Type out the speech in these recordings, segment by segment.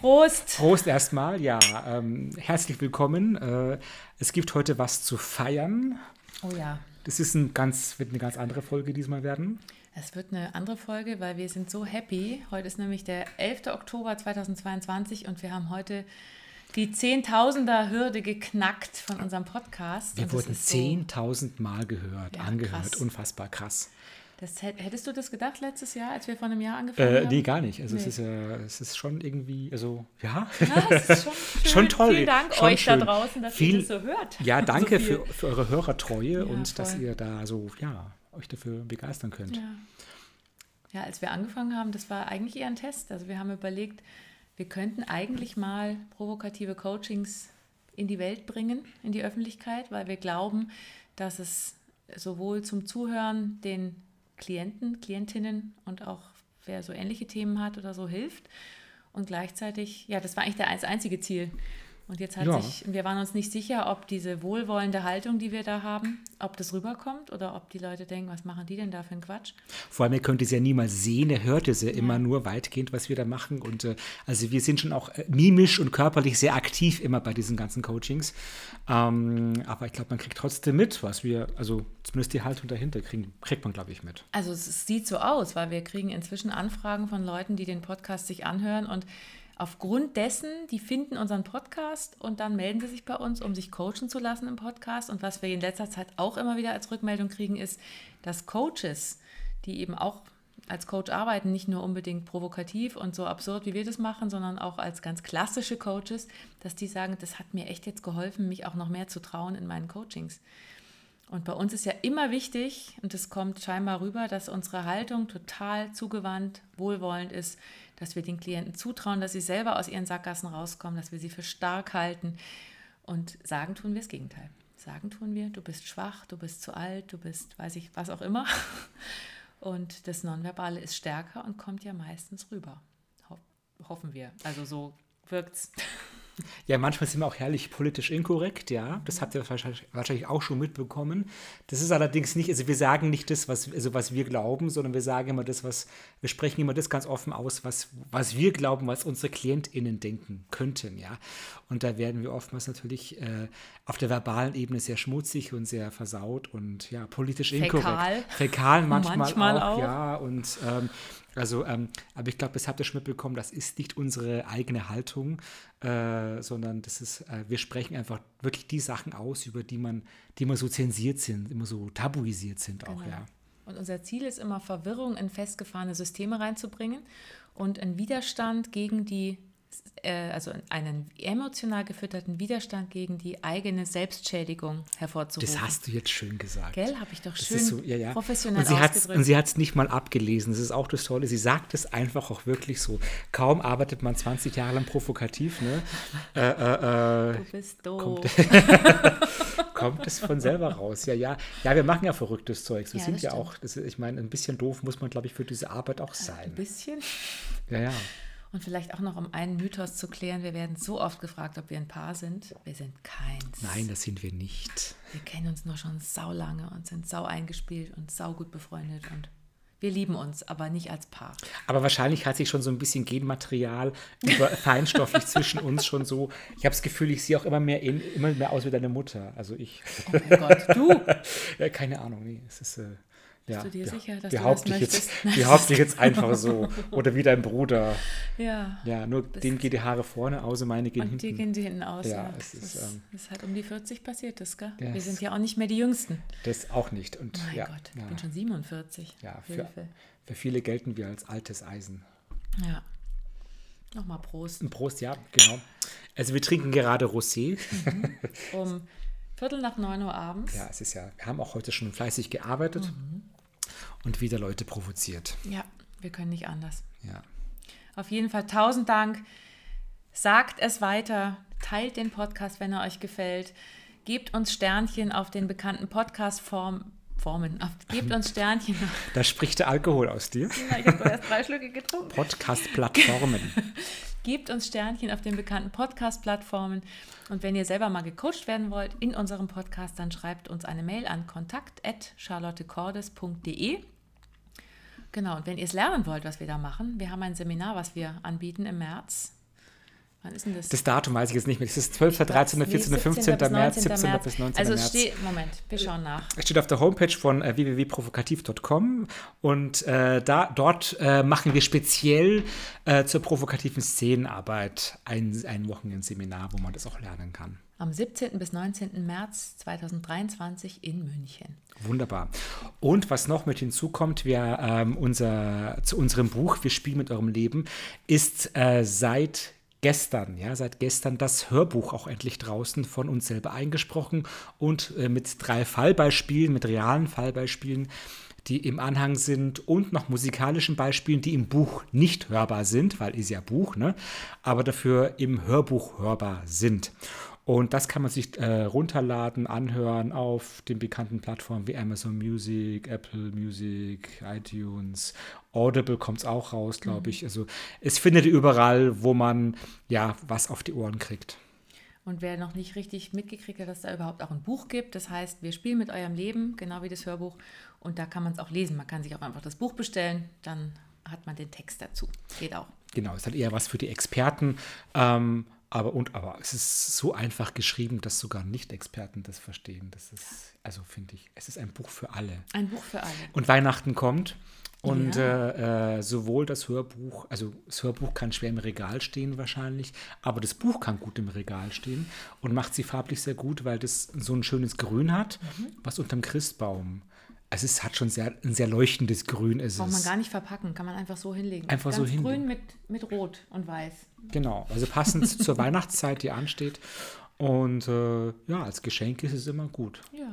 Prost! Prost erstmal, ja. Herzlich willkommen. Es gibt heute was zu feiern. Oh ja. Das ist wird eine ganz andere Folge diesmal werden. Es wird eine andere Folge, weil wir sind so happy. Heute ist nämlich der 11. Oktober 2022 und wir haben heute die 10.000er-Hürde geknackt von unserem Podcast. Wir wurden 10.000 Mal angehört. Krass. Unfassbar krass. Hättest du das gedacht letztes Jahr, als wir vor einem Jahr angefangen haben? Nee, gar nicht. Also Nee. es ist schon irgendwie, also ja. Es ist schon schön. Schon toll. Vielen Dank schon euch schön. da draußen, dass ihr das so hört. Ja, danke So viel. für eure Hörertreue Ja, und dass voll. ihr da so, ja, euch dafür begeistern könnt. Ja, als wir angefangen haben, das war eigentlich eher ein Test. Also wir haben überlegt, wir könnten eigentlich mal provokative Coachings in die Welt bringen, in die Öffentlichkeit, weil wir glauben, dass es sowohl zum Zuhören den Klienten, Klientinnen und auch wer so ähnliche Themen hat oder so hilft. Und gleichzeitig, ja, das war eigentlich das einzige Ziel. Und jetzt wir waren uns nicht sicher, ob diese wohlwollende Haltung, die wir da haben, ob das rüberkommt oder ob die Leute denken, was machen die denn da für einen Quatsch? Vor allem, ihr könnt es ja niemals sehen, ihr hört es ja immer nur weitgehend, was wir da machen. Und also wir sind schon auch mimisch und körperlich sehr aktiv immer bei diesen ganzen Coachings. Aber ich glaube, man kriegt trotzdem mit, was wir, also zumindest die Haltung dahinter kriegt man, glaube ich, mit. Also es sieht so aus, weil wir kriegen inzwischen Anfragen von Leuten, die den Podcast sich anhören und aufgrund dessen, die finden unseren Podcast und dann melden sie sich bei uns, um sich coachen zu lassen im Podcast. Und was wir in letzter Zeit auch immer wieder als Rückmeldung kriegen, ist, dass Coaches, die eben auch als Coach arbeiten, nicht nur unbedingt provokativ und so absurd, wie wir das machen, sondern auch als ganz klassische Coaches, dass die sagen, das hat mir echt jetzt geholfen, mich auch noch mehr zu trauen in meinen Coachings. Und bei uns ist ja immer wichtig, und das kommt scheinbar rüber, dass unsere Haltung total zugewandt, wohlwollend ist, dass wir den Klienten zutrauen, dass sie selber aus ihren Sackgassen rauskommen, dass wir sie für stark halten. Und sagen tun wir das Gegenteil. Sagen tun wir, du bist schwach, du bist zu alt, du bist, weiß ich, was auch immer. Und das Nonverbale ist stärker und kommt ja meistens rüber. Hoffen wir. Also so wirkt's. Ja, manchmal sind wir auch herrlich politisch inkorrekt, ja. Das habt ihr wahrscheinlich auch schon mitbekommen. Das ist allerdings nicht, also wir sagen nicht das, was wir glauben, sondern wir sagen immer wir sprechen immer das ganz offen aus, was wir glauben, was unsere KlientInnen denken könnten, ja. Und da werden wir oftmals natürlich auf der verbalen Ebene sehr schmutzig und sehr versaut und ja, politisch inkorrekt. Fäkal manchmal auch, ja. Und aber ich glaube, das habt ihr schon mitbekommen, das ist nicht unsere eigene Haltung, sondern das ist, wir sprechen einfach wirklich die Sachen aus, über die man so zensiert sind, immer so tabuisiert sind auch, Genau. ja. Und unser Ziel ist immer, Verwirrung in festgefahrene Systeme reinzubringen und einen Widerstand gegen also einen emotional gefütterten Widerstand gegen die eigene Selbstschädigung hervorzurufen. Das hast du jetzt schön gesagt. Gell, habe ich doch Das schön ist so, ja. professionell und ausgedrückt. sie hat es nicht mal abgelesen. Das ist auch das Tolle. Sie sagt es einfach auch wirklich so. Kaum arbeitet man 20 Jahre lang provokativ, ne? Du bist doof. Kommt es von selber raus. Ja, wir machen ja verrücktes Zeugs. Wir Ja, sind das ja stimmt. auch, ich meine, ein bisschen doof muss man, glaube ich, für diese Arbeit auch sein. Ein bisschen. Ja. Und vielleicht auch noch, um einen Mythos zu klären, wir werden so oft gefragt, ob wir ein Paar sind. Wir sind keins. Nein, das sind wir nicht. Wir kennen uns nur schon saulange und sind sau eingespielt und sau gut befreundet und wir lieben uns, aber nicht als Paar. Aber wahrscheinlich hat sich schon so ein bisschen Genmaterial feinstofflich zwischen uns schon so. Ich habe das Gefühl, ich sehe auch immer mehr aus wie deine Mutter. Also ich. Oh mein Gott, du! Ja, keine Ahnung, nee. Es ist. Bist du dir sicher, dass behaupte du das ich möchtest? behaupte ich jetzt einfach so. Oder wie dein Bruder. Ja. Ja, nur dem geht die Haare vorne aus und meine gehen Und hinten. dir gehen die hinten aus. Ja, Das es ist halt um die 40 passiert, das, gell? Ja, Wir sind ja auch nicht mehr die Jüngsten. Das auch nicht. Und Mein ja, Gott, ich ja, bin schon 47. ja, Hilfe. für viele gelten wir als altes Eisen. Ja. Nochmal Prost. Ein Prost, ja, genau. Also wir trinken gerade Rosé. Um 8:45 Uhr abends. Ja, wir haben auch heute schon fleißig gearbeitet und wieder Leute provoziert. Ja, wir können nicht anders. Ja. Auf jeden Fall 1000 Dank. Sagt es weiter. Teilt den Podcast, wenn er euch gefällt. Gebt uns Sternchen auf den bekannten Podcast-Formen. Gebt uns Sternchen. Da spricht der Alkohol aus dir. Ja, ich habe doch erst 3 Schlücke getrunken. Podcast-Plattformen. Gebt uns Sternchen auf den bekannten Podcast-Plattformen. Und wenn ihr selber mal gecoacht werden wollt in unserem Podcast, dann schreibt uns eine Mail an kontakt@charlottecordes.de. Genau, und wenn ihr es lernen wollt, was wir da machen, wir haben ein Seminar, was wir anbieten im März. Wann ist denn das? Das Datum weiß ich jetzt nicht mehr. Das ist 12., 13., 14., 15. März, 17. bis 19. Also März. Moment, wir schauen nach. Es steht auf der Homepage von www.provokativ.com und dort machen wir speziell zur provokativen Szenenarbeit ein Wochenendseminar, wo man das auch lernen kann. Am 17. bis 19. März 2023 in München. Wunderbar. Und was noch mit hinzukommt, zu unserem Buch Wir spielen mit eurem Leben, ist seit gestern das Hörbuch auch endlich draußen, von uns selber eingesprochen und mit 3 Fallbeispielen, mit realen Fallbeispielen, die im Anhang sind und noch musikalischen Beispielen, die im Buch nicht hörbar sind, weil ist ja Buch, ne? Aber dafür im Hörbuch hörbar sind. Und das kann man sich runterladen, anhören auf den bekannten Plattformen wie Amazon Music, Apple Music, iTunes, Audible kommt es auch raus, glaube ich. Also es findet ihr überall, wo man was auf die Ohren kriegt. Und wer noch nicht richtig mitgekriegt hat, dass da überhaupt auch ein Buch gibt, das heißt, wir spielen mit eurem Leben, genau wie das Hörbuch. Und da kann man es auch lesen. Man kann sich auch einfach das Buch bestellen, dann hat man den Text dazu. Geht auch. Genau, ist halt eher was für die Experten. Aber es ist so einfach geschrieben, dass sogar Nicht-Experten das verstehen. Das ist, finde ich, es ist ein Buch für alle. Ein Buch für alle. Und Weihnachten kommt und sowohl das Hörbuch, also das Hörbuch kann schwer im Regal stehen wahrscheinlich, aber das Buch kann gut im Regal stehen und macht sie farblich sehr gut, weil das so ein schönes Grün hat, was unterm Christbaum. Also es hat schon ein sehr leuchtendes Grün. Braucht man gar nicht verpacken, kann man einfach so hinlegen. Einfach ganz so hinlegen. Grün mit Rot und Weiß. Genau, also passend zur Weihnachtszeit, die ansteht. Und als Geschenk ist es immer gut. Ja.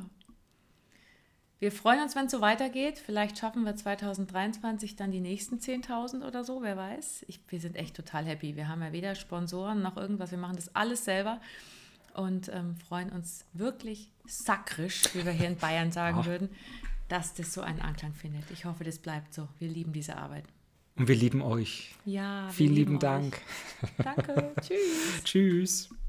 Wir freuen uns, wenn es so weitergeht. Vielleicht schaffen wir 2023 dann die nächsten 10.000 oder so, wer weiß. Wir sind echt total happy. Wir haben ja weder Sponsoren noch irgendwas. Wir machen das alles selber und freuen uns wirklich sakrisch, wie wir hier in Bayern sagen würden, dass das so einen Anklang findet. Ich hoffe, das bleibt so. Wir lieben diese Arbeit. Und wir lieben euch. Ja, vielen lieben Dank. Danke. Tschüss. Tschüss.